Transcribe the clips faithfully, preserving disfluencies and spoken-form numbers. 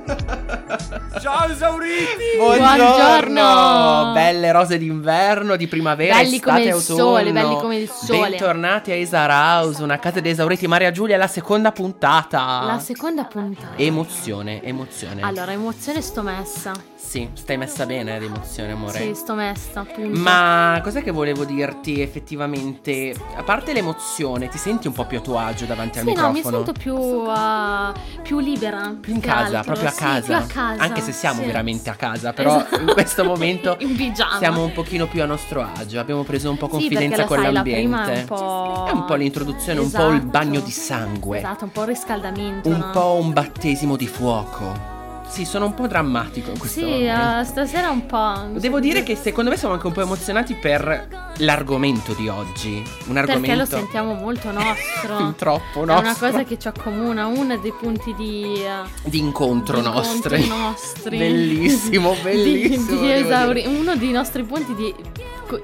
Ciao esauriti! Buongiorno. Buongiorno. Belle rose d'inverno, di primavera, Belli estate, come il autunno. sole, belli come il sole. Bentornati a Isar House, una casa di esauriti. Maria Giulia, la seconda puntata. La seconda puntata. Emozione, emozione. Allora, emozione sto messa. Sì, stai messa bene ad emozione, amore. Sì, sto messa, appunto. Ma cos'è che volevo dirti effettivamente? A parte l'emozione, ti senti un po' più a tuo agio davanti al Sì, no, mi microfono? sento più, uh, più libera. Più in che casa, altro. proprio a Sì, casa. più a casa. Anche se siamo sì. veramente a casa, però Esatto. in questo momento in pigiama. siamo un pochino più a nostro agio. Abbiamo preso un po' Sì, confidenza perché con la sai, la l'ambiente. prima è un po'... È un po' l'introduzione, Esatto. un po' il bagno di sangue. Esatto, un po' il riscaldamento, Un no? po' un battesimo di fuoco. Sì, sono un po' drammatico in questo Sì, momento. uh, stasera un po'. Devo dire che secondo me siamo anche un po' emozionati per l'argomento di oggi. Un argomento Perché lo sentiamo molto nostro. fin troppo È nostro. una cosa che ci accomuna, uno dei punti di, uh, di incontro di incontri nostri. nostri. Bellissimo, bellissimo. di, di devo esauri- dire. uno dei nostri punti di co-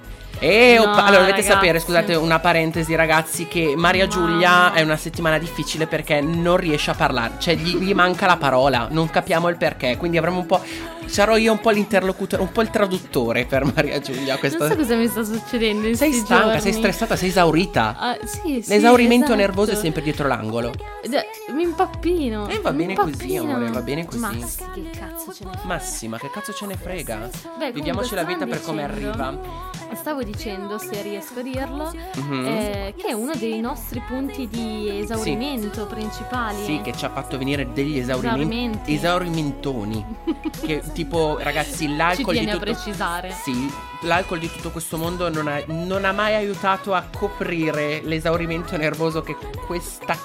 E No, oppa- allora dovete ragazzi. sapere, scusate, una parentesi ragazzi, che Maria Mamma. Giulia è una settimana difficile perché non riesce a parlare, cioè gli, gli manca la parola, non capiamo il perché, quindi avremo un po', sarò io un po' l'interlocutore, un po' il traduttore per Maria Giulia questa... Non so cosa mi sta succedendo in Sei sti stanca, giorni. sei stressata, sei esaurita. Ah, sì, sì, L'esaurimento esatto. nervoso è sempre dietro l'angolo. Eh, Mi impappino. E va mi bene così, impappino. amore, va bene così. Ma sì, che cazzo ce ne frega. Massima, che cazzo ce ne frega? Beh, Viviamoci comunque, la vita per stavamo come dicendo- arriva. Stavo dicendo, se riesco a dirlo, Mhm. eh, che è uno dei nostri punti di esaurimento principali. Sì, che ci ha fatto venire degli esaurimenti. Esaurimenti. Esaurimentoni. Che tipo, ragazzi, l'alcol Ci di tieni a tutto. precisare. Sì, l'alcol di tutto questo mondo non ha, non ha mai aiutato a coprire l'esaurimento nervoso che questa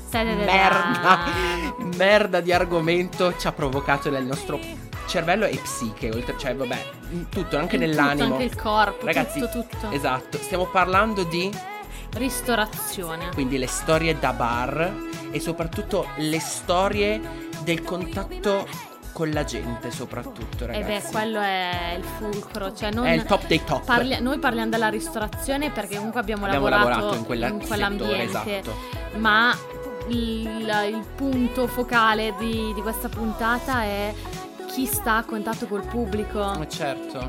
merda, merda di argomento ci ha provocato nel nostro cervello e psiche, oltre, cioè vabbè, in tutto, anche In nell'animo. tutto, anche il corpo, Ragazzi, tutto, tutto. esatto, stiamo parlando di Ristorazione. quindi le storie da bar e soprattutto le storie del contatto con la gente, soprattutto, E ragazzi. beh, quello è il fulcro, cioè non è il top dei top. parli- noi parliamo della ristorazione perché comunque abbiamo, Abbiamo lavorato, lavorato in quella- quell'ambiente, settore, esatto. ma il, il punto focale di, di questa puntata è chi sta a contatto col pubblico, Ma certo.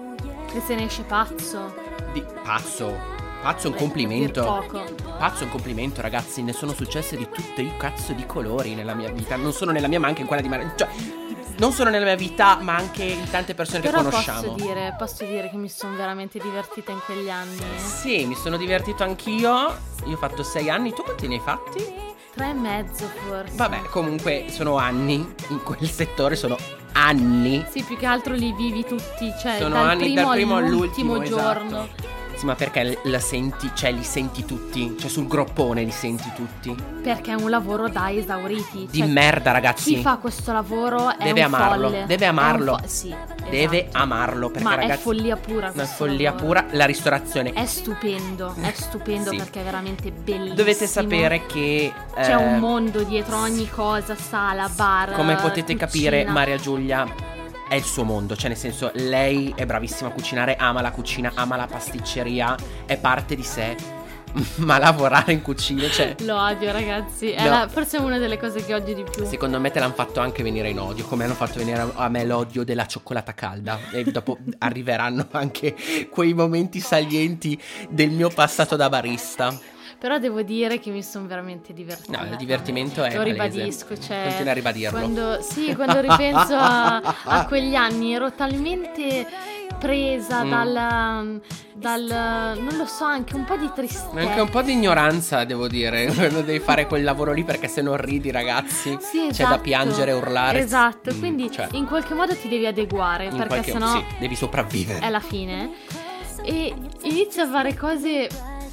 che se ne esce pazzo. Di pazzo. Pazzo è un Beh, complimento. per dir poco. Pazzo è un complimento, ragazzi. Ne sono successe di tutti i cazzo di colori nella mia vita. Non solo nella mia, ma anche in quella di Maria. Cioè, non solo nella mia vita, ma anche in tante persone Però che conosciamo. posso dire, posso dire che mi sono veramente divertita in quegli anni. Sì, mi sono divertito anch'io. Io ho fatto sei anni. Tu quanti ne hai fatti? Tre e mezzo forse. Vabbè, comunque sono anni. In quel settore sono anni. Sì, più che altro li vivi tutti, cioè Sono dal anni primo dal primo all'ultimo all'ultimo, giorno. esatto. Sì, ma perché la senti, cioè li senti tutti? Cioè sul groppone li senti tutti? Perché è un lavoro da esauriti. Di cioè, merda, ragazzi. Chi fa questo lavoro è Deve un amarlo, folle. deve È un amarlo. fo- sì, Deve esatto. amarlo perché Ma ragazzi è follia pura è questo follia lavoro. pura la ristorazione. È stupendo, è stupendo Sì. perché è veramente bellissimo. Dovete sapere che c'è eh, un mondo dietro ogni cosa, sala, bar, come potete cucina. capire, Maria Giulia è il suo mondo, cioè nel senso lei è bravissima a cucinare, ama la cucina, ama la pasticceria, è parte di sé. Ma lavorare in cucina, cioè Lo odio, ragazzi. È No. la- forse è una delle cose che odio di più. secondo me te l'hanno fatto anche venire in odio, come hanno fatto venire a- a me l'odio della cioccolata calda. E dopo arriveranno anche quei momenti salienti del mio passato da barista. Però devo dire che mi sono veramente divertita. No, il divertimento è Lo palese. ribadisco, cioè Continua a ribadirlo. Quando, sì, quando ripenso a, a quegli anni ero talmente presa Mm. dal, dal, non lo so, anche un po' di tristezza. Anche un po' di ignoranza, devo dire, quando devi fare quel lavoro lì, perché se non ridi, ragazzi, Sì, c'è da esatto. piangere e urlare. Esatto, Mm, quindi cioè, in qualche modo ti devi adeguare, in perché qualche- sennò sì, devi sopravvivere. è la fine. E inizio a fare cose,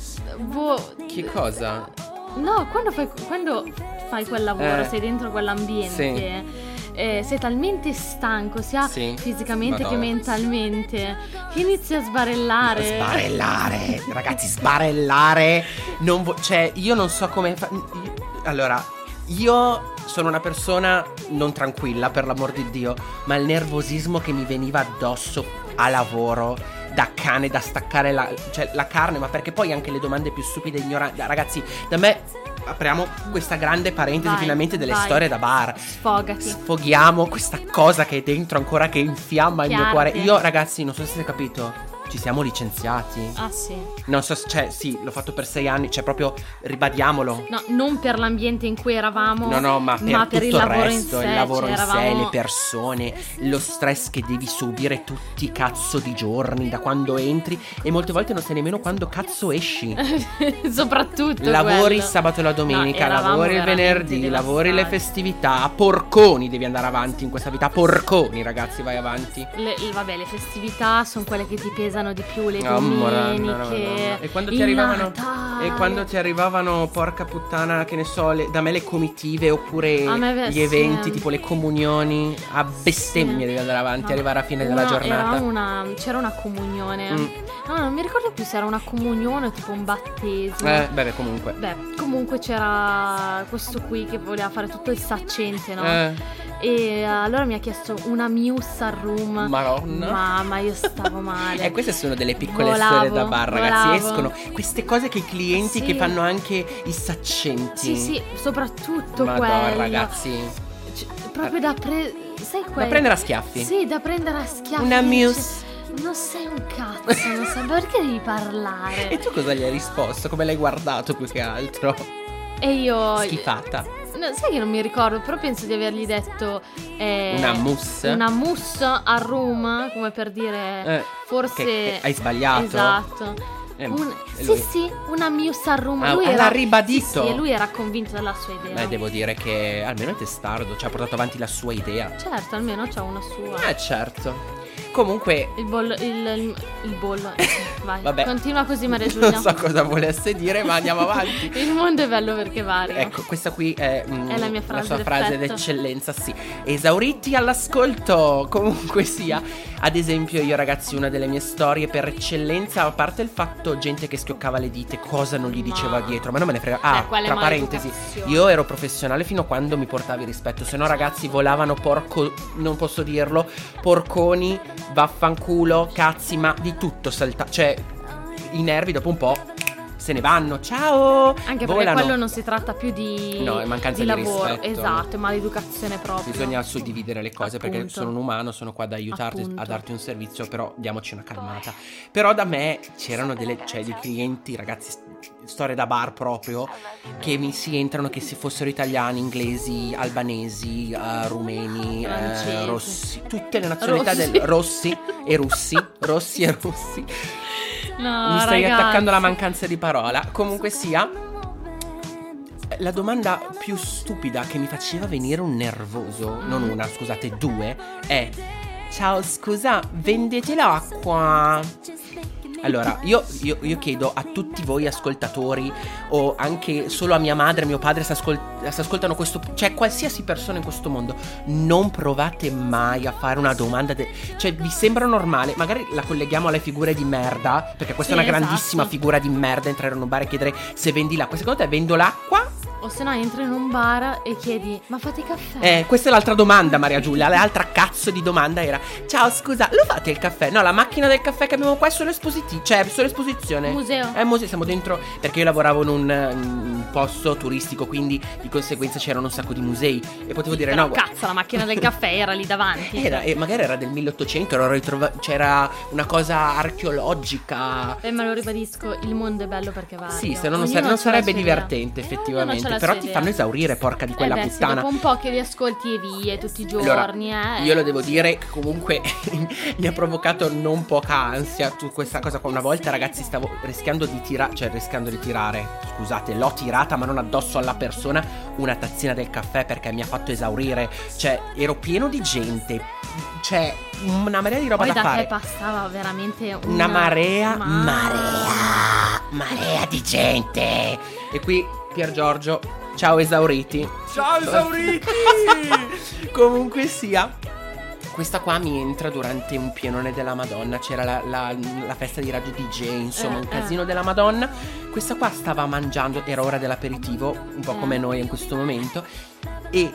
boh, Che cosa? no, quando fai, quando fai quel lavoro, Eh. sei dentro quell'ambiente, eh, sei talmente stanco sia Sì. fisicamente Madonna. che mentalmente, che inizi a sbarellare. Sbarellare, ragazzi, sbarellare. Non vo- cioè, io non so come fa- io- Allora, io sono una persona non tranquilla, per l'amor di Dio, ma il nervosismo che mi veniva addosso a lavoro, da cane, da staccare la, cioè, la carne, ma perché poi anche le domande più stupide e ignoranti. Ragazzi, da me apriamo questa grande parentesi Vai, finalmente delle vai. storie da bar. Sfogati. Sfoghiamo questa cosa che è dentro ancora, che infiamma il mio Piante. cuore. Io, ragazzi, non so se avete capito, ci siamo licenziati. Ah sì. Non so, se- cioè sì, l'ho fatto per sei anni, cioè proprio ribadiamolo. No, non per l'ambiente in cui eravamo. No, no, ma per ma tutto per il il lavoro resto, in sé, il lavoro cioè, in sé, eravamo- le persone, lo stress che devi subire tutti i cazzo di giorni da quando entri e molte volte non sai nemmeno quando cazzo esci. Soprattutto Lavori il quello. sabato e la domenica, No, eravamo lavori il veramente venerdì, lavori le devastati. festività, porconi devi andare avanti in questa vita, porconi ragazzi, vai avanti. Le, il- vabbè, le festività sono quelle che ti pesano di più, le Oh, Madonna, domeniche. Madonna. E quando ti il arrivavano Natale. E quando ti arrivavano, porca puttana, che ne so, le- da me le comitive oppure A me ve- gli sì. eventi, tipo le comunioni, a bestemmie Sì. devi andare avanti, No, arrivare a fine una- della giornata. era una- c'era una comunione. Mm. No, non mi ricordo più se era una comunione o tipo un battesimo. Eh, beh, comunque. Beh, comunque c'era questo qui che voleva fare tutto il saccente, no? Eh, E allora mi ha chiesto una mousse al room. Madonna. Mamma, io stavo male. E queste sono delle piccole Volavo, storie da bar, ragazzi. volavo. Escono queste cose che i clienti Sì. che fanno anche i saccenti. Sì, sì, soprattutto Madonna, quello. ragazzi. Cioè, proprio da pre... Sai Da quello? prendere a schiaffi. Sì, da prendere a schiaffi. Una Dici, mousse. Non sei un cazzo, non sai perché devi parlare. E tu cosa gli hai risposto? Come l'hai guardato più che altro? E io... Schifata. No, sai che non mi ricordo, però penso di avergli detto... eh, Una mousse? Una mousse al room, come per dire... Eh, forse... che- che hai sbagliato. Esatto. Eh, Un- e sì, lui- sì, una mousse al room. Ah, lui l'ha era ribadito? Sì, sì, e lui era convinto della sua idea. Beh, devo dire che almeno è testardo, ci ha portato avanti la sua idea. Certo, almeno c'ha una sua. Eh, certo. Comunque, Il bollo, il, il, il bollo. Vai, vabbè. continua così Maria Giulia. Non so cosa volesse dire, ma andiamo avanti. Il mondo è bello perché varia. Ecco, questa qui è, mm, È la mia frase sua frase d'effetto. d'eccellenza, sì. Esauriti all'ascolto, comunque sia. Ad esempio, io ragazzi, una delle mie storie per eccellenza, a parte il fatto gente che schioccava le dita, cosa non gli diceva Ma- dietro, ma non me ne frega. Ah, Eh, quale tra parentesi, maleducazione. io ero professionale fino a quando mi portavi rispetto, se no ragazzi volavano porco, non posso dirlo, porconi, vaffanculo, cazzi, ma di tutto salta, cioè i nervi dopo un po' se ne vanno, ciao! Anche perché volano. quello non si tratta più di, No, è mancanza di lavoro. rispetto. Esatto, è maleducazione proprio. Bisogna suddividere le cose perché Appunto. sono un umano, sono qua ad aiutarti, Appunto. a darti un servizio, però diamoci una calmata. Però da me c'erano delle, cioè dei clienti, ragazzi, storie da bar proprio, che mi si entrano che si fossero italiani, inglesi, albanesi, eh, rumeni, eh, Francesi. rossi, tutte le nazionalità Rossi. del rossi e russi, rossi e russi. No, Mi stai ragazzi. attaccando la mancanza di parola. Comunque sia, la domanda più stupida che mi faceva venire un nervoso, non una, scusate, due, è: ciao, scusa, vendete l'acqua? Allora, io, io, io chiedo a tutti voi ascoltatori, o anche solo a mia madre e mio padre se, ascol- se ascoltano questo, cioè qualsiasi persona in questo mondo, non provate mai a fare una domanda de- cioè vi sembra normale, magari la colleghiamo alle figure di merda, perché questa Sì, è una grandissima esatto. figura di merda, entrare in un bar e chiedere se vendi l'acqua. Secondo te vendo l'acqua? O se no entri in un bar e chiedi: ma fate caffè? Eh, questa è l'altra domanda, Maria Giulia. L'altra cazzo di domanda era: ciao, scusa, lo fate il caffè? No, la macchina del caffè che abbiamo qua è solo espositivo, cioè è solo esposizione. Museo. È museo, siamo dentro, perché io lavoravo in un, un posto turistico, quindi di conseguenza c'erano un sacco di musei e potevo dire Però no, guarda, cazzo, la macchina del caffè era lì davanti. era, e magari era del milleottocento, ero ritrova- c'era una cosa archeologica. Eh, ma lo ribadisco, il mondo è bello perché varia. Sì, se no non, Ognuno sare- non c'ha la sarebbe sua idea. divertente Eh, ognuno effettivamente. c'ha la Però sua ti idea. fanno esaurire, porca di quella eh beh, puttana. Sì, dopo un po' che li ascolti e vie tutti i Allora, giorni, eh. io lo devo dire che comunque mi ha provocato non poca ansia tu questa cosa qua. Una volta, ragazzi, stavo rischiando di tirare, cioè rischiando di tirare, scusate, l'ho tirata ma non addosso alla persona, una tazzina del caffè perché mi ha fatto esaurire. Cioè, ero pieno di gente, cioè una marea di roba Poi da da fare. te passava veramente una, Una marea, Ma- marea, marea di gente. E qui Pier Giorgio, ciao esauriti. Ciao esauriti! Comunque sia, questa qua mi entra durante un pienone della Madonna. C'era la, la- la festa di Radio D J, insomma, Eh, un eh. casino della Madonna. Questa qua stava mangiando, era ora dell'aperitivo, un po' Eh. come noi in questo momento. E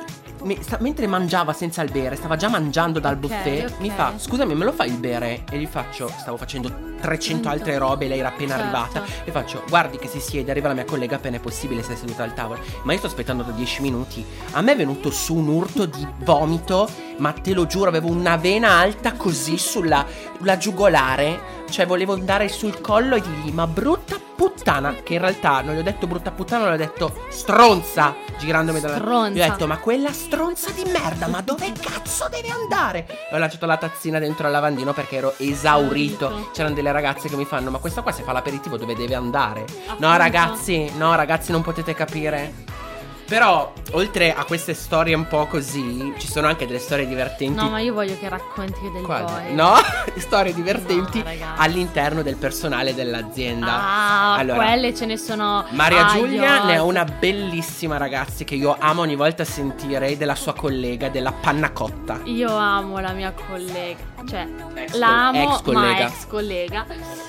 mi- sta- mentre mangiava senza il bere, stava già mangiando dal Ok, buffet, ok. mi fa: scusami, me lo fai il bere? E gli faccio: stavo facendo trecento altre robe, lei era appena Certo. arrivata. E faccio: guardi che si siede, arriva la mia collega appena è possibile, sei seduta al tavolo. Ma io sto aspettando da dieci minuti. A me è venuto su un urto di vomito, ma te lo giuro, avevo una vena alta così sulla la giugolare. Cioè volevo andare sul collo e dirgli: ma brutta puttana. Che in realtà non gli ho detto brutta puttana, non gli ho detto stronza. Girandomi dalla... Stronza. Gli ho detto: ma quella stronza di merda, ma dove cazzo deve andare? E ho lanciato la tazzina dentro al lavandino perché ero esaurito. Esaurito. C'erano delle ragazze che mi fanno: ma questa qua se fa l'aperitivo dove deve andare? No Appunto. ragazzi, no ragazzi, non potete capire. Però oltre a queste storie un po' così, ci sono anche delle storie divertenti. No, ma io voglio che racconti del Quali? boy. No, storie divertenti No, ragazzi. all'interno del personale dell'azienda. Ah, Allora, quelle ce ne sono. Maria a Giulia yacht. ne ha una bellissima, ragazzi, che io amo ogni volta sentire, della sua collega, della panna cotta. Io amo la mia collega, cioè Ex- la amo, ex collega. ma ex collega.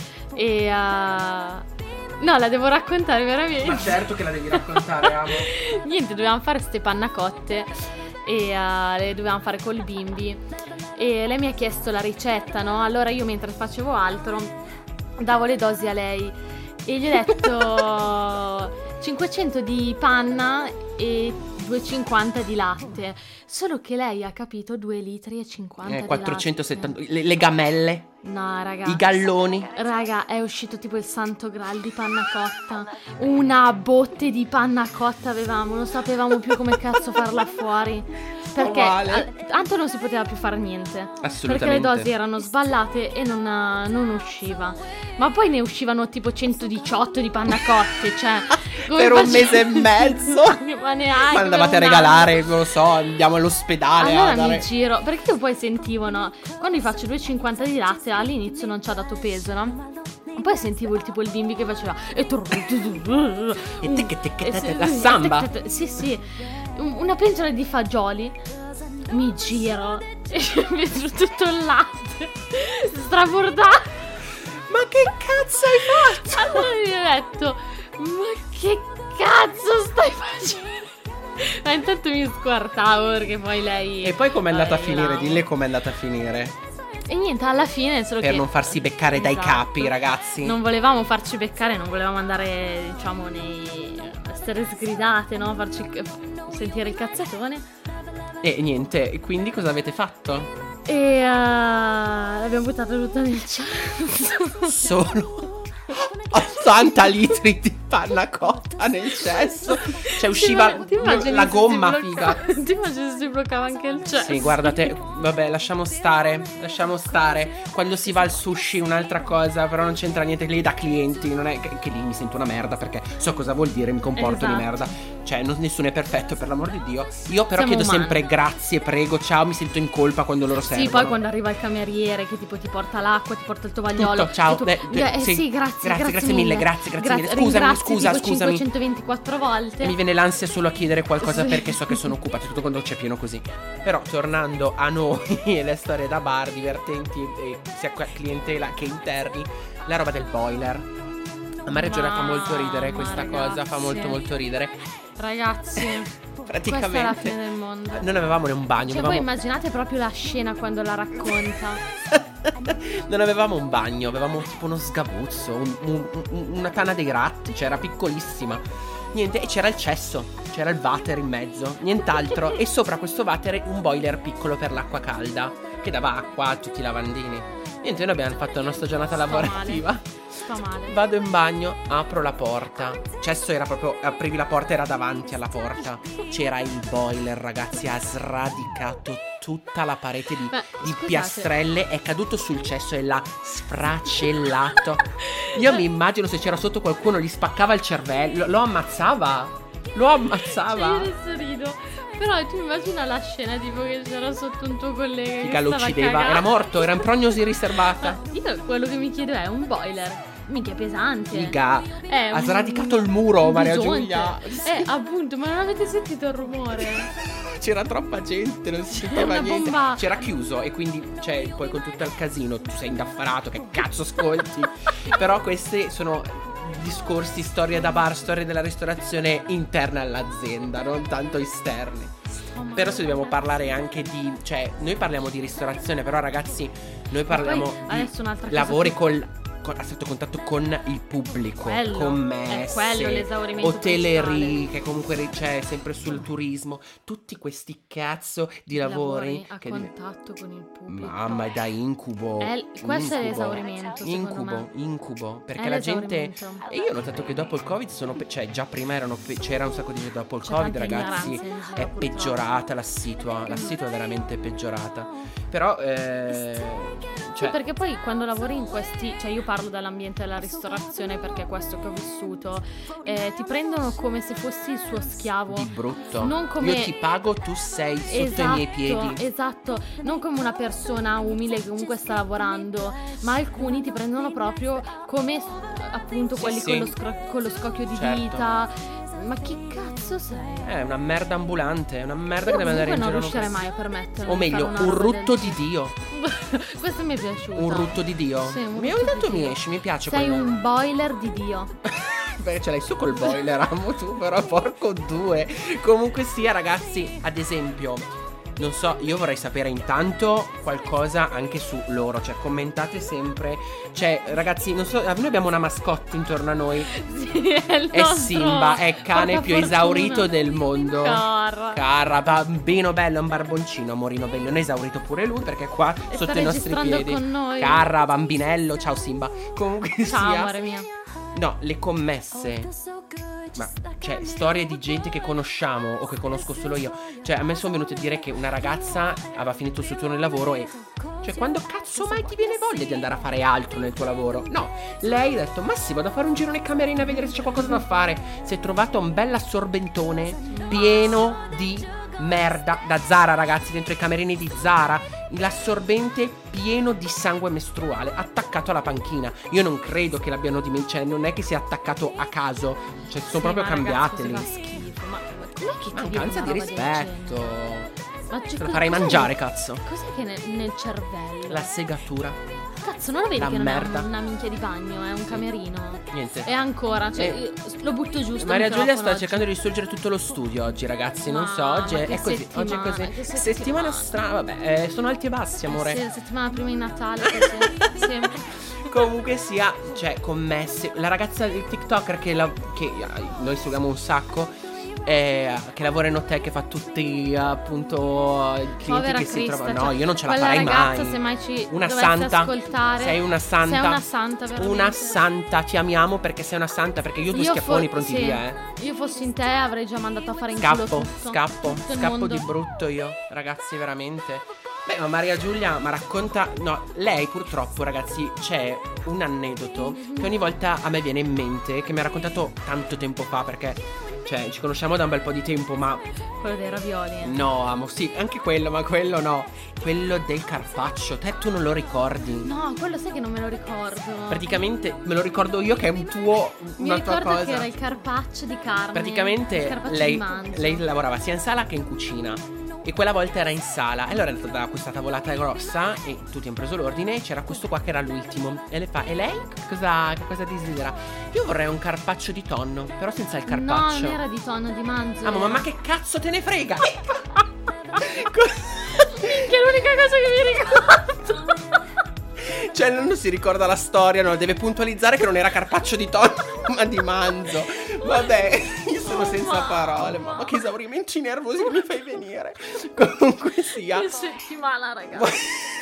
E uh, no, la devo raccontare veramente. certo che la devi raccontare, amo. Niente, dovevamo fare ste pannacotte e uh, le dovevamo fare col bimbi. E lei mi ha chiesto la ricetta, no? Allora io mentre facevo altro davo le dosi a lei e gli ho detto cinquecento di panna e duecentocinquanta di latte. Solo che lei ha capito due litri e cinquanta Eh, di quattrocentosettanta. latte. Le, le gamelle, No, ragazzi. i galloni. Raga, è uscito tipo il santo graal di panna cotta. Una botte di panna cotta avevamo, non sapevamo più come cazzo farla fuori. Perché Uguale. a- tanto non si poteva più fare niente. Assolutamente. Perché le dosi erano sballate e non, non usciva. Ma poi ne uscivano tipo centodiciotto di panna cotte, cioè come Per un facevi- mese e mezzo. Ma neanche. Ma andavate a per un anno. regalare, non lo so, andiamo all'ospedale. Allora a dare... mi giro, perché io poi sentivo, no? Quando gli faccio due virgola cinquanta di latte, all'inizio non ci ha dato peso, no? Poi sentivo il tipo il bimbi che faceva e tu- E tic, tic, e tic, sì, la sì, samba. tic, tic, sì, sì. Un- Una pentola di fagioli. Mi giro e vedo tutto il latte strabordato. Ma che cazzo hai fatto? Allora gli ho detto: ma che cazzo stai facendo? Ma intanto mi squartavo perché poi lei. E poi com'è andata a Vabbè, finire? l'amo. Dille com'è andata a finire. E niente, alla fine solo Per che non farsi beccare dai Esatto. capi, ragazzi. non volevamo farci beccare, non volevamo andare, diciamo, nei essere sgridate, no? Farci c- sentire il cazzatone. E niente, e quindi cosa avete fatto? E uh, l'abbiamo buttato tutto nel cesso. Solo ottanta litri di panna cotta nel cesso. Cioè usciva Ti immagini la se si gomma, blocca- figa. Ti immagini se si bloccava anche il cesso? Sì, guardate, vabbè, lasciamo stare, lasciamo stare. Quando si va al sushi un'altra cosa, però non c'entra niente lì da clienti, non è che, che lì mi sento una merda perché so cosa vuol dire, mi comporto Esatto. di merda. Cioè, non- nessuno è perfetto, per l'amor di Dio. Io però Siamo chiedo umani. sempre grazie, prego, ciao, mi sento in colpa quando loro servono. Sì, poi quando arriva il cameriere che tipo ti porta l'acqua, ti porta il tovagliolo. Tutto, ciao. e tu- Eh, eh, sì, sì, grazie, grazie, grazie mille, grazie, grazie mille. Scusami, ringrazi scusa, tipo scusami. cinquecentoventiquattro volte. E mi viene l'ansia solo a chiedere qualcosa Sì. perché so che sono occupati, tutto quando c'è pieno così. Però tornando a noi e le storie da bar divertenti e sia qua- clientela che interni, la roba del boiler. A Maria Giulia fa molto ridere Mamma, questa cosa, fa ragazzi. molto molto ridere. Ragazzi, Praticamente questa è la fine del mondo. non avevamo né un bagno, Cioè, avevamo- voi immaginate proprio la scena quando la racconta. non avevamo un bagno, avevamo tipo uno sgabuzzo, un- un- un- una tana dei ratti, cioè era piccolissima. Niente, e c'era il cesso, c'era il water in mezzo, nient'altro. E sopra questo water un boiler piccolo per l'acqua calda, che dava acqua a tutti i lavandini. Niente, noi abbiamo fatto la nostra giornata Sto lavorativa. Sto male. Vado in bagno, apro la porta. Cesso era proprio, aprivi la porta, era davanti alla porta. C'era il boiler, ragazzi, ha sradicato tutta la parete di, Beh, di scusate. piastrelle, è caduto sul cesso e l'ha sfracellato. Io mi immagino se c'era sotto qualcuno, gli spaccava il cervello, lo ammazzava. Lo ammazzava. Cioè, io adesso rido. Però tu immagina la scena tipo che c'era sotto un tuo collega che Figa, lo stava uccideva, cagando. era morto, era in prognosi riservata. Ma io quello che mi chiedo è un boiler. Minchia pesante. Figa, È ha un- sradicato il muro, un Maria bisonte. Giulia. Eh, appunto, ma non avete sentito il rumore? C'era troppa gente, non si sentiva una niente. bomba. C'era chiuso e quindi, cioè, poi con tutto il casino tu sei indaffarato, che cazzo ascolti? Però questi sono discorsi, storie da bar, storie della ristorazione interne all'azienda, non tanto esterni. Oh, però se dobbiamo parlare anche di, cioè noi parliamo di ristorazione, però ragazzi noi parliamo poi, di adesso un'altra cosa lavori che- col, con, a stretto contatto con il pubblico, Quello, commesse, è quello l'esaurimento hotellerie, principale. che comunque c'è sempre sul turismo, tutti questi cazzo di lavori, a che contatto con il pubblico. mamma, da incubo. È l- questo è incubo, l'esaurimento, secondo Incubo, me. incubo. Perché È la gente. l'esaurimento. E io ho notato che dopo il Covid sono. pe- Cioè, già prima erano pe- c'era un sacco di gente. Dopo il C'è Covid, tanta ragazzi, ignoranza in giro, è purtroppo. peggiorata la situa. La situa è veramente peggiorata. Però, eh, Sì, cioè, perché poi quando lavori in questi, cioè io parlo dall'ambiente della ristorazione perché è questo che ho vissuto, eh, ti prendono come se fossi il suo schiavo. di brutto. Non come- Io ti pago, tu sei sotto Esatto, i miei piedi. esatto, non come una persona umile che comunque sta lavorando, ma alcuni ti prendono proprio come appunto Sì, quelli sì. Con, lo scro- con lo scocchio di Certo. dita. Ma chi cazzo sei? È una merda ambulante. È una merda Io che deve andare in comunque non giro. riuscirei mai a permettermi O di meglio, fare una un roba rutto del di Dio. genere. Questo mi è piaciuto. Un rutto di Dio. Sì, un Mi rutto ogni tanto di mi Dio. esce, mi piace Sei quel- un boiler di Dio. Beh, ce l'hai su col boiler, amo tu, però porco due. Comunque sia, ragazzi, ad esempio, non so, io vorrei sapere intanto qualcosa anche su loro. Cioè, commentate sempre. Cioè, ragazzi, non so, noi abbiamo una mascotte intorno a noi. Sì, è il È nostro Simba, è il cane più portafortuna. esaurito del mondo. Carra. Carra, bambino bello, un barboncino, amorino bello. Non è esaurito pure lui perché è qua E sotto sta i nostri registrando piedi. con noi. Carra, bambinello, ciao Simba. Comunque Ciao, sia. amore mio. No, le commesse. Ma cioè, storie di gente che conosciamo o che conosco solo io. Cioè, a me sono venuti a dire che una ragazza aveva finito il suo turno di lavoro e. Cioè, quando cazzo mai ti viene voglia di andare a fare altro nel tuo lavoro? No, lei ha detto: ma sì, vado a fare un giro nelle camerine a vedere se c'è qualcosa da fare. Si è trovato un bel assorbentone pieno di merda da Zara, ragazzi, dentro i camerini di Zara. L'assorbente pieno di sangue mestruale attaccato alla panchina. Io non credo che l'abbiano dimenticato. Cioè, non è che sia attaccato a caso. Cioè, sono Sì, proprio ma cambiate ragazzi, lì. fa schifo. Ma ma com'è che ti Mancanza di viene una roba del rispetto. genere? Ma Te cioè, la cos- farei cos'è- mangiare, cazzo. Cos'è che nel, nel cervello? La segatura. Cazzo, non lo vedi la che non merda. è una minchia di bagno, è un camerino. Niente. E ancora, cioè, Eh. io lo butto giusto. Maria il Giulia microfono sta oggi. cercando di distruggere tutto lo studio oggi, ragazzi. Non so, oggi Ma è, che è così. Oggi è settimana, così. che Settimana settimana. strana. Vabbè, eh, sono alti e bassi, amore. Sì, la settimana prima di Natale, così. Sempre. Comunque sia, cioè, commesse. La ragazza del TikToker che, la- che eh, noi seguiamo un sacco. eh, che lavora in hotel, che fa tutti appunto i clienti Povera che si Crista, trovano. cioè, No, io non ce la quella farei ragazza, mai. se mai ci Una dovesse santa. ascoltare, Sei una santa. sei una santa, veramente. Una santa, ti amiamo perché sei una santa. Perché io ho due Io schiaffoni fo- pronti sì. via, eh. Io fossi in te avrei già mandato a fare in culo Scappo, tutto. scappo, tutto il scappo mondo. di brutto io, ragazzi, veramente. Beh, ma Maria Giulia mi racconta. No, lei purtroppo, ragazzi, c'è un aneddoto che ogni volta a me viene in mente, che mi ha raccontato tanto tempo fa, perché, cioè, ci conosciamo da un bel po' di tempo, ma Quello dei ravioli. no, amo, sì, anche quello, ma quello no. Quello del carpaccio, te tu non lo ricordi? No, quello sai che non me lo ricordo. Praticamente me lo ricordo io che è un tuo, Mi una tua ricordo cosa. che era il carpaccio di carne. il Praticamente carpaccio lei, di manzo. lei lavorava sia in sala che in cucina. E quella volta era in sala. E allora è andata da questa tavolata grossa e tutti hanno preso l'ordine. E c'era questo qua che era l'ultimo. E le fa: e lei che cosa, che cosa desidera? Io vorrei un carpaccio di tonno, però senza il carpaccio. No, non era di tonno, di manzo. Ah, ma, era. ma che cazzo te ne frega? Che è l'unica cosa che mi ricordo. Cioè, non si ricorda la storia, no? Deve puntualizzare che non era carpaccio di tonno, ma di manzo. Vabbè, io sono Oh, senza mamma. parole. Ma che esaurimenti nervosi che mi fai venire. Comunque sia. Che settimana, ragazzi.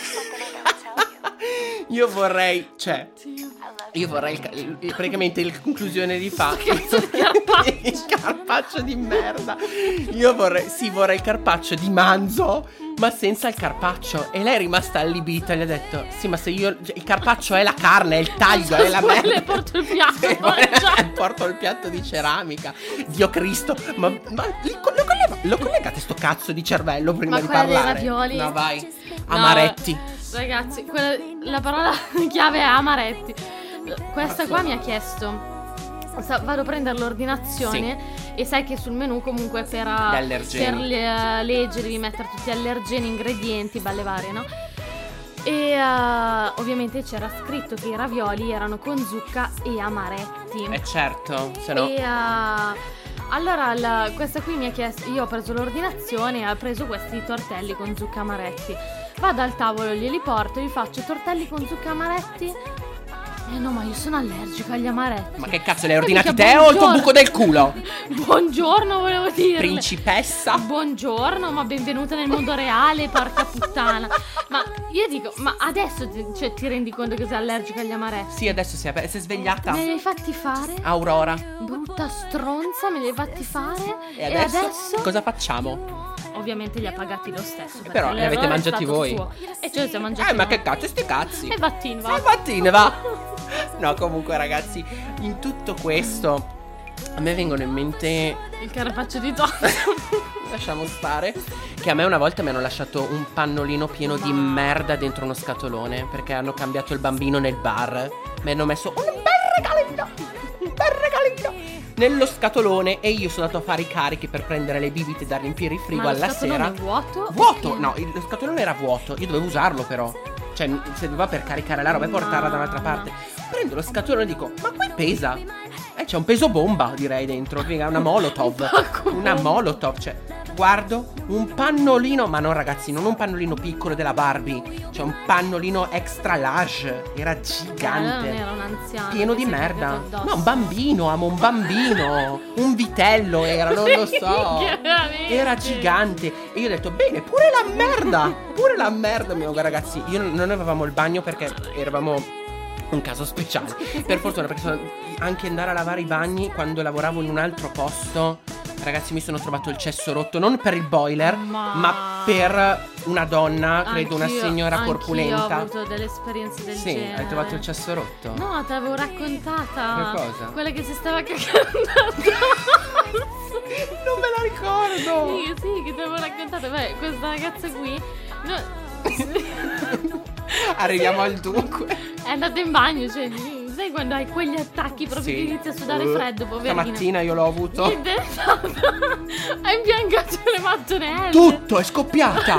Io vorrei, cioè, io vorrei il, il- praticamente la conclusione di fa Cazzo di carpaccio. il carpaccio di merda. Io vorrei, sì, vorrei il carpaccio di manzo, ma senza il carpaccio. E lei è rimasta allibita e gli ha detto: sì, ma se io, il carpaccio è la carne, è il taglio, è la merda. Le porto il piatto. Sì, mangia. porto il piatto di ceramica. Dio Cristo. Ma, ma li- lo, collega- lo collegate sto cazzo di cervello prima Ma di quella dei parlare? ravioli? No, vai. No, Amaretti. Ragazzi, quella- la parola chiave è amaretti. Questa qua mi ha chiesto. sa- Vado a prendere l'ordinazione e sai che sul menù comunque per, Gli allergeni. per le- legge devi mettere tutti gli allergeni, ingredienti, balle varie, no? E eh, ovviamente c'era scritto che i ravioli erano con zucca e amaretti. Eh certo, se no. E eh, Allora la, questa qui mi ha chiesto, io ho preso l'ordinazione e ho preso questi tortelli con zucca amaretti. Vado al tavolo, glieli porto, gli faccio tortelli con zucca amaretti. Eh no, ma io sono allergica agli amaretti. Ma che cazzo, li hai ordinati te o il tuo buco del culo? Buongiorno, volevo dire. Principessa. Buongiorno, ma benvenuta nel mondo reale, porca puttana. Ma io dico, ma adesso ti, cioè, ti rendi conto che sei allergica agli amaretti? Sì, adesso si è, si è svegliata. Me li hai fatti fare? Aurora. Brutta stronza, me li hai fatti fare. E adesso, e adesso? cosa facciamo? Ovviamente li ha pagati lo stesso. Però li avete mangiati voi. Suo. E ce li siamo mangiati Eh, ma noi. che cazzo, sti cazzi. E vattene, va. E vattene, va. No, comunque ragazzi, in tutto questo a me vengono in mente il carpaccio di tonno. Lasciamo stare. Che a me una volta mi hanno lasciato un pannolino pieno ma... di merda dentro uno scatolone, perché hanno cambiato il bambino nel bar. Mi hanno messo un bel regalino, un bel regalino nello scatolone, e io sono andato a fare i carichi per prendere le bibite da riempire il frigo. Ma alla sera. È vuoto? Vuoto? No, il, lo scatolone era vuoto. Io dovevo usarlo però. Cioè, serviva per caricare la roba e portarla da un'altra parte. Prendo lo scatolone e dico, ma qui pesa. Eh, c'è un peso bomba, direi, dentro. Una molotov. Una molotov, cioè. Guardo un pannolino, ma no ragazzi, non un pannolino piccolo della Barbie, cioè un pannolino extra large. Era gigante. Non era un anziano, pieno di merda. No, un bambino, amo, un bambino. Un vitello era, non lo so. Era gigante. E io ho detto, bene, pure la merda. Pure la merda, mio ragazzi. Io non avevamo il bagno perché eravamo un caso speciale. Per fortuna, perché sono anche andare a lavare i bagni quando lavoravo in un altro posto. Ragazzi, mi sono trovato il cesso rotto, non per il boiler, ma, ma per una donna, credo anch'io, una signora corpulenta. Io ho avuto delle esperienze del sì, genere. Hai trovato il cesso rotto? No, te l'avevo raccontata. Che cosa? Quella che si stava cagando addosso. Non me la ricordo. Sì, sì, che ti avevo raccontato. Beh, questa ragazza qui no. Arriviamo al dunque. È andata in bagno, cioè, sai quando hai quegli attacchi proprio sì. Che inizia a sudare uh, freddo, poverina. Stamattina io l'ho avuto. Hai imbiancato le mattonelle. Tutto, è scoppiata.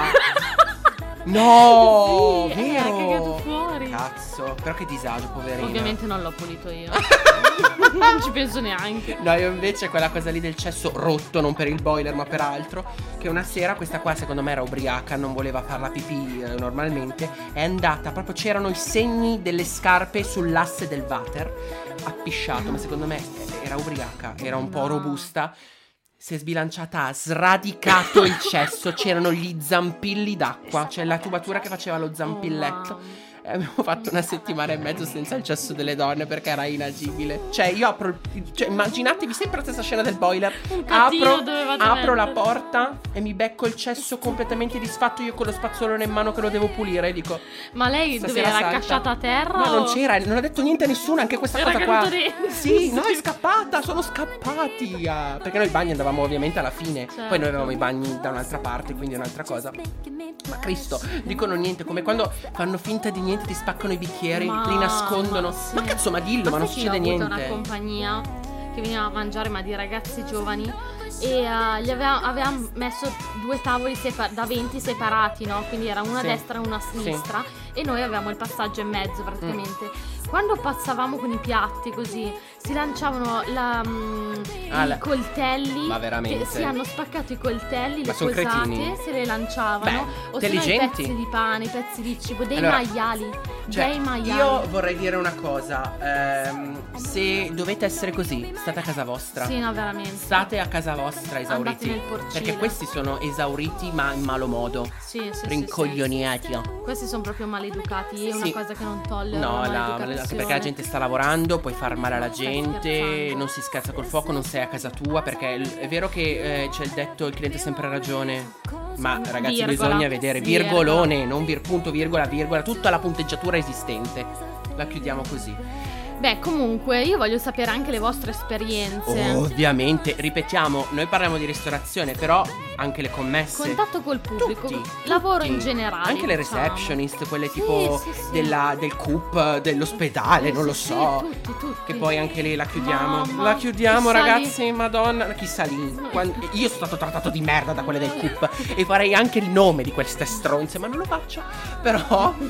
No, sì, vero. Ha cagato fuori. Cazzo, però che disagio, poverina. Ovviamente non l'ho pulito io. Non ci penso neanche. No, io invece quella cosa lì del cesso rotto, non per il boiler ma per altro, che una sera questa qua secondo me era ubriaca, non voleva far la pipì eh, normalmente. È andata, proprio c'erano i segni delle scarpe sull'asse del water. Ha pisciato, ma secondo me era ubriaca, era un po' robusta. Si è sbilanciata, ha sradicato il cesso. C'erano gli zampilli d'acqua, cioè la tubatura che faceva lo zampilletto. Oh, wow. E abbiamo fatto una settimana e mezzo senza il cesso delle donne perché era inagibile. Cioè io apro il, cioè immaginatevi sempre la stessa scena del boiler. Apro, apro la porta e mi becco il cesso completamente disfatto, io con lo spazzolone in mano che lo devo pulire. E dico, ma lei dove era accasciata a terra? No, o... non c'era, non ha detto niente a nessuno, anche questa era cosa qua. Dentro. Sì, no, è scappata, sono scappati. Ah, perché noi i bagni andavamo ovviamente alla fine. Certo. Poi noi avevamo i bagni da un'altra parte, quindi un'altra cosa. Ma Cristo, dicono niente, come quando fanno finta di niente, ti spaccano i bicchieri, ma, li nascondono. Ma, sì. Ma cazzo, ma dillo, ma, ma non succede niente. Ho avuto una compagnia che veniva a mangiare, ma di ragazzi giovani, e uh, gli avevamo aveva messo due tavoli separ- da venti separati, no? Quindi era una sì. a destra e una a sinistra, sì. E noi avevamo il passaggio in mezzo praticamente. Mm. Quando passavamo con i piatti così, si lanciavano la, um, ah, i la... coltelli. Ma veramente? Che si hanno spaccato i coltelli, ma le posate, se le lanciavano. Beh, o se no i pezzi di pane, i pezzi di cibo, dei allora, maiali. Cioè, dei maiali. Io vorrei dire una cosa, ehm, se dovete essere così, state a casa vostra. Sì, no, veramente. State a casa vostra esauriti. Nel porcile. Perché questi sono esauriti ma in malo modo. Sì, sì, rincoglioniati. Sì, sì. Questi sono proprio maleducati. È una sì. cosa che non tollero. No, la, anche perché la gente sta lavorando, puoi far male alla gente, non si scherza col fuoco, non sei a casa tua. Perché è vero che eh, c'è il detto il cliente ha sempre ragione. Ma ragazzi, virgola. Bisogna vedere virgolone, virgola. Non vir, punto, virgola, virgola, tutta la punteggiatura esistente. La chiudiamo così. Beh, comunque io voglio sapere anche le vostre esperienze. Ovviamente, ripetiamo, noi parliamo di ristorazione, però anche le commesse. Contatto col pubblico, tutti, lavoro tutti. in generale. Anche le diciamo. receptionist, quelle sì, tipo sì, sì. Della, del Coop, dell'ospedale, sì, non lo sì, so. Sì, tutti, tutti. Che poi anche lì la chiudiamo. Mamma, la chiudiamo, ragazzi, lì. Madonna. Chissà lì. Quando, io sono stato trattato di merda da quelle del Coop e farei anche il nome di queste stronze, ma non lo faccio. Però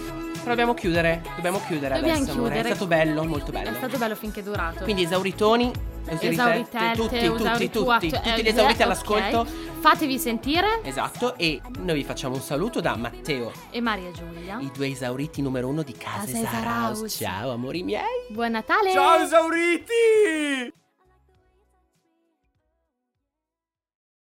Però dobbiamo chiudere, dobbiamo chiudere Dobbiamo adesso, amore. chiudere. È stato bello, molto bello. È stato bello finché è durato. Quindi esauritoni, Esauritette, tutti, tutti, esauri tutti, tua- tutti, eh, tutti gli esauriti ok. all'ascolto. Fatevi sentire. Esatto, e noi vi facciamo un saluto da Matteo, E Maria Giulia. i due esauriti numero uno di Casa Casa Esaraus. Esaraus. Ciao amori miei. Buon Natale. Ciao esauriti!